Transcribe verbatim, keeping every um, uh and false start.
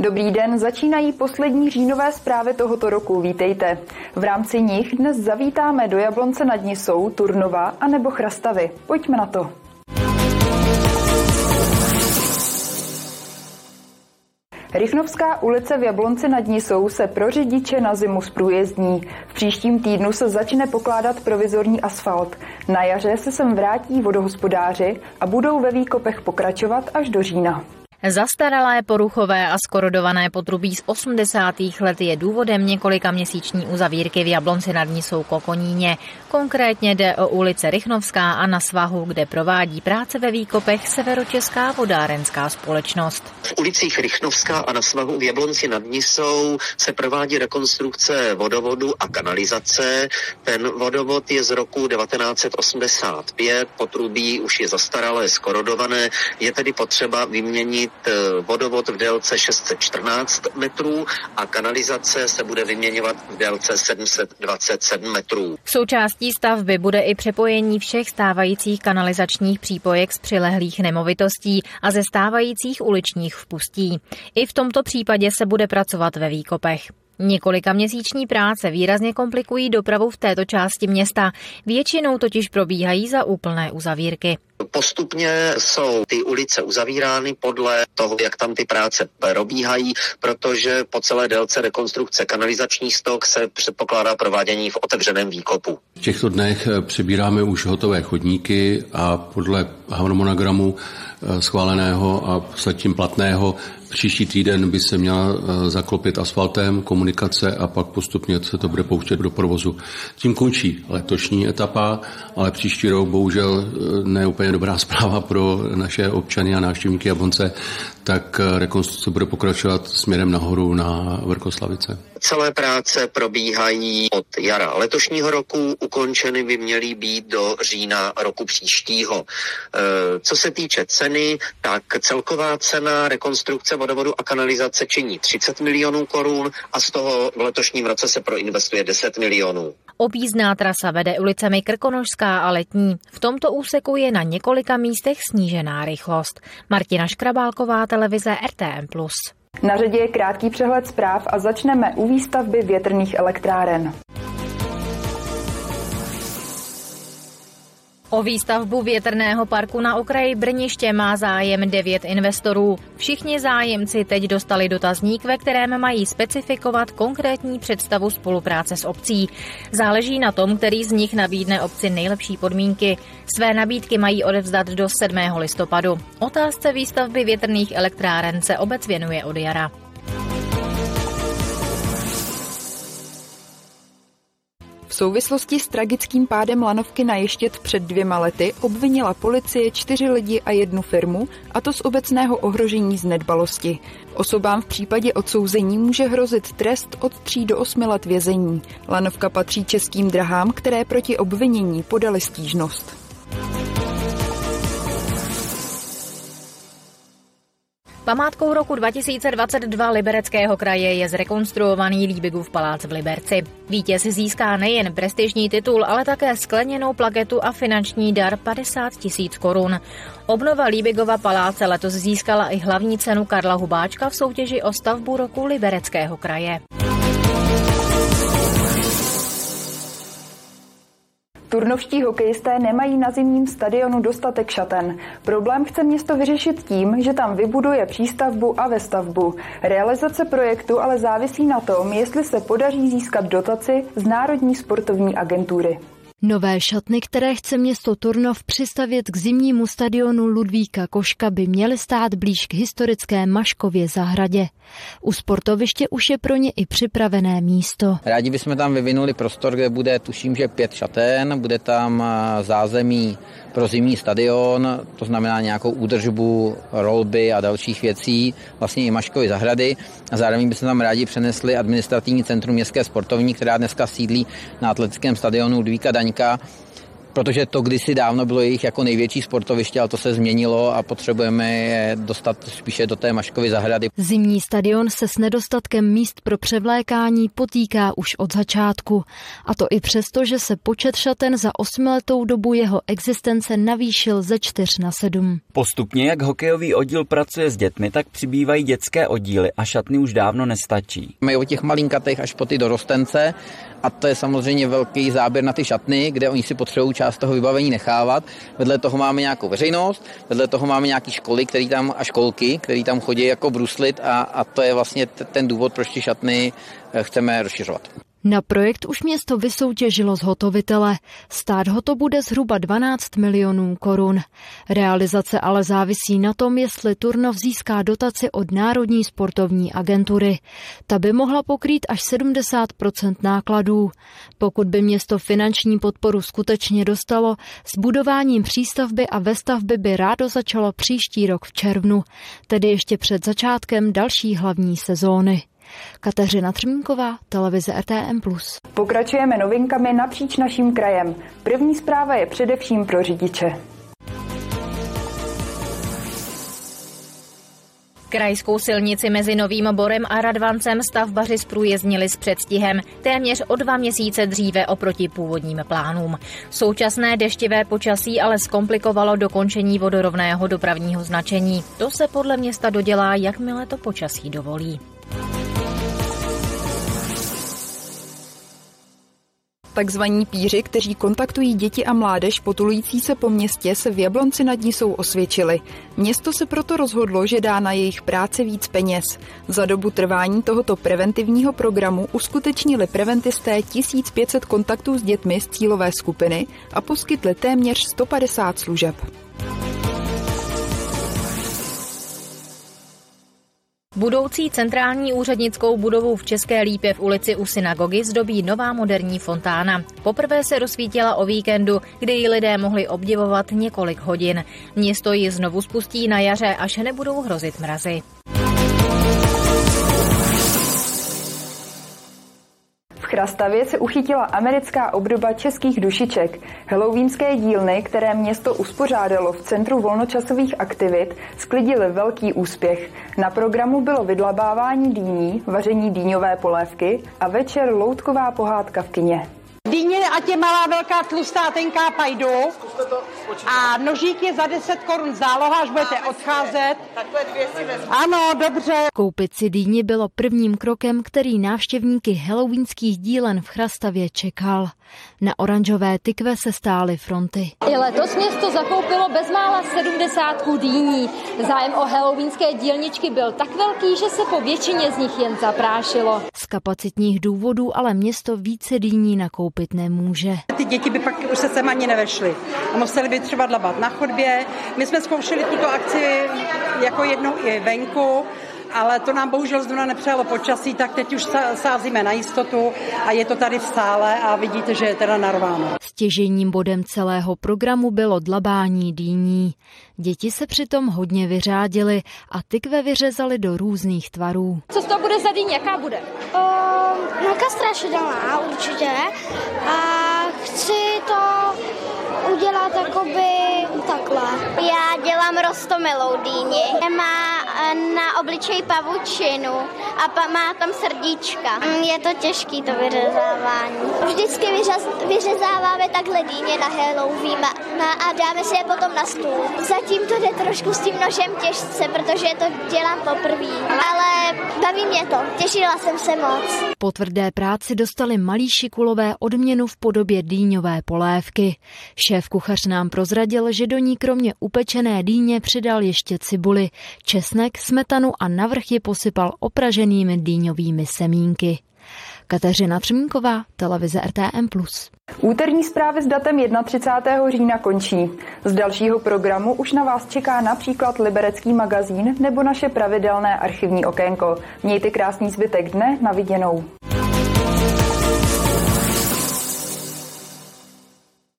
Dobrý den, začínají poslední říjnové zprávy tohoto roku, vítejte. V rámci nich dnes zavítáme do Jablonce nad Nisou, Turnova a nebo Chrastavy. Pojďme na to. Rychnovská ulice v Jablonci nad Nisou se pro řidiče na zimu zprůjezdní. V příštím týdnu se začne pokládat provizorní asfalt. Na jaře se sem vrátí vodohospodáři a budou ve výkopech pokračovat až do října. Zastaralé, poruchové a skorodované potrubí z osmdesátých let je důvodem několika měsíční uzavírky v Jablonci nad Nisou Kokoníně. Konkrétně jde o ulice Rychnovská a na svahu, kde provádí práce ve výkopech Severočeská vodárenská společnost. V ulicích Rychnovská a na svahu v Jablonci nad Nisou se provádí rekonstrukce vodovodu a kanalizace. Ten vodovod je z roku devatenáct set osmdesát pět, potrubí už je zastaralé, skorodované, je tedy potřeba vyměnit vodovod v délce šest set čtrnáct metrů a kanalizace se bude vyměňovat v délce sedm set dvacet sedm metrů. Součástí stavby bude i přepojení všech stávajících kanalizačních přípojek z přilehlých nemovitostí a ze stávajících uličních vpustí. I v tomto případě se bude pracovat ve výkopech. Několika měsíční práce výrazně komplikují dopravu v této části města, většinou totiž probíhají za úplné uzavírky. Postupně jsou ty ulice uzavírány podle toho, jak tam ty práce probíhají, protože po celé délce rekonstrukce kanalizačních stok se předpokládá provádění v otevřeném výkopu. V těchto dnech přebíráme už hotové chodníky a podle harmonogramu schváleného a zatím platného příští týden by se měla zaklopit asfaltem, komunikace a pak postupně se to bude pouštět do provozu. Tím končí letošní etapa, ale příští rok bohužel ne úplně dobrá zpráva pro naše občany a návštěvníky Jablonce, tak rekonstrukce bude pokračovat směrem nahoru na Vrchoslavice. Celé práce probíhají od jara letošního roku, ukončeny by měly být do října roku příštího. Co se týče ceny, tak celková cena rekonstrukce vodovodu a kanalizace činí třicet milionů korun a z toho v letošním roce se proinvestuje deset milionů. Objízdná trasa vede ulicemi Krkonošská a Letní. V tomto úseku je na několika místech snížená rychlost. Martina Škrabálková, televize R T M plus. Na řadě je krátký přehled zpráv a začneme u výstavby větrných elektráren. O výstavbu větrného parku na okraji Brniště má zájem devět investorů. Všichni zájemci teď dostali dotazník, ve kterém mají specifikovat konkrétní představu spolupráce s obcí. Záleží na tom, který z nich nabídne obci nejlepší podmínky. Své nabídky mají odevzdat do sedmého listopadu. Otázce výstavby větrných elektráren se obec věnuje od jara. V souvislosti s tragickým pádem lanovky na Ještěd před dvěma lety obvinila policie čtyři lidi a jednu firmu, a to z obecného ohrožení z nedbalosti. Osobám v případě odsouzení může hrozit trest od tří do osmi let vězení. Lanovka patří Českým drahám, které proti obvinění podali stížnost. Památkou roku dva tisíce dvacet dva Libereckého kraje je zrekonstruovaný Liebigův palác v Liberci. Vítěz získá nejen prestižní titul, ale také skleněnou plaketu a finanční dar padesát tisíc korun. Obnova Liebigova paláce letos získala i hlavní cenu Karla Hubáčka v soutěži o stavbu roku Libereckého kraje. Turnovští hokejisté nemají na zimním stadionu dostatek šaten. Problém chce město vyřešit tím, že tam vybuduje přístavbu a vestavbu. Realizace projektu ale závisí na tom, jestli se podaří získat dotaci z Národní sportovní agentury. Nové šatny, které chce město Turnov přistavět k zimnímu stadionu Ludvíka Koška, by měly stát blíž k historické Maškově zahradě. U sportoviště už je pro ně i připravené místo. Rádi bychom tam vyvinuli prostor, kde bude, tuším, že pět šaten, bude tam zázemí pro zimní stadion, to znamená nějakou údržbu, rolby a dalších věcí, vlastně i Maškovy zahrady. A zároveň bychom tam rádi přenesli administrativní centrum městské sportovní, která dneska sídlí na atletickém stadionu Ludvíka Daňka. protože to kdysi dávno bylo jejich jako největší sportoviště, ale to se změnilo a potřebujeme je dostat spíše do té Maškovy zahrady. Zimní stadion se s nedostatkem míst pro převlékání potýká už od začátku. A to i přesto, že se počet šaten za osmiletou dobu jeho existence navýšil ze čtyř na sedm. Postupně, jak hokejový oddíl pracuje s dětmi, tak přibývají dětské oddíly a šatny už dávno nestačí. Mají od těch malinkatých až po ty dorostence a to je samozřejmě velký záběr na ty šatny, kde oni si potřebují část toho vybavení nechávat. Vedle toho máme nějakou veřejnost, vedle toho máme nějaké školy, který tam, a školky, které tam chodí jako bruslit a, a to je vlastně t- ten důvod, proč ty šatny chceme rozšiřovat. Na projekt už město vysoutěžilo zhotovitele. Stát ho to bude zhruba dvanáct milionů korun. Realizace ale závisí na tom, jestli Turnov získá dotaci od Národní sportovní agentury. Ta by mohla pokrýt až sedmdesát procent nákladů. Pokud by město finanční podporu skutečně dostalo, s budováním přístavby a vestavby by rádo začalo příští rok v červnu, tedy ještě před začátkem další hlavní sezóny. Kateřina Třmínková, televize R T M plus. Pokračujeme novinkami napříč naším krajem. První zpráva je především pro řidiče. Krajskou silnici mezi Novým Borem a Radvancem stavbaři zprůjezdnili s předstihem, téměř o dva měsíce dříve oproti původním plánům. Současné deštivé počasí ale zkomplikovalo dokončení vodorovného dopravního značení. To se podle města dodělá, jakmile to počasí dovolí. Takzvaní píři, kteří kontaktují děti a mládež potulující se po městě, se v Jablonci nad Nisou osvědčili. Město se proto rozhodlo, že dá na jejich práci víc peněz. Za dobu trvání tohoto preventivního programu uskutečnili preventisté tisíc pět set kontaktů s dětmi z cílové skupiny a poskytli téměř sto padesát služeb. Budoucí centrální úřednickou budovu v České Lípě v ulici u synagogy zdobí nová moderní fontána. Poprvé se rozsvítila o víkendu, kdy ji lidé mohli obdivovat několik hodin. Město ji znovu spustí na jaře, až nebudou hrozit mrazy. V Chrastavě se uchytila americká obdoba českých dušiček. Halloweenské dílny, které město uspořádalo v Centru volnočasových aktivit, sklidily velký úspěch. Na programu bylo vydlabávání dýní, vaření dýňové polévky a večer loutková pohádka v kině. Dýně, ať je malá, velká, tlustá, tenká, pajdu. A nožík je za deset korun záloha, až budete odcházet. Takhle dvě si vezmu. Ano, dobře. Koupit si dýni bylo prvním krokem, který návštěvníky halloweenských dílen v Chrastavě čekal. Na oranžové tykve se stály fronty. I letos město zakoupilo bezmála sedmdesátku dýní. Zájem o halloweenské dílničky byl tak velký, že se po většině z nich jen zaprášilo. Z kapacitních důvodů ale město více dýní nakoupit nemůže. Ty děti by pak už se sem ani nevešly. Museli by třeba dlabat na chodbě. My jsme zkoušeli tuto akci jako jednou i venku, ale to nám bohužel zrovna nepřijalo počasí, tak teď už sázíme na jistotu a je to tady v sále a vidíte, že je teda narváno. Stěžejním bodem celého programu bylo dlabání dýní. Děti se přitom hodně vyřádily a tykve vyřezali do různých tvarů. Co z toho bude za dýň, jaká bude? Um, Velká strašidelná určitě a chci to udělat jakoby takhle. Já dělám roztomilou dýni. Má na obličeji pavučinu a pa, má tam srdíčka. Je to těžký to vyřezávání. Vždycky vyřez, vyřezáváme takhle dýně na Halloween a, a dáme si je potom na stůl. Zatím to jde trošku s tím nožem těžce, protože to dělám poprvé. Ale baví mě to. Těšila jsem se moc. Po tvrdé práci dostali malí šikulové odměnu v podobě dýňové polévky. Šéf kuchař nám prozradil, že do ní kromě upečené dýně přidal ještě cibuli, česnek, smetanu a navrch ji posypal opraženými dýňovými semínky. Kateřina Třmínková, televize R T M plus. Úterní zprávy s datem třicátého prvního října končí. Z dalšího programu už na vás čeká například Liberecký magazín nebo naše pravidelné archivní okénko. Mějte krásný zbytek dne, na viděnou.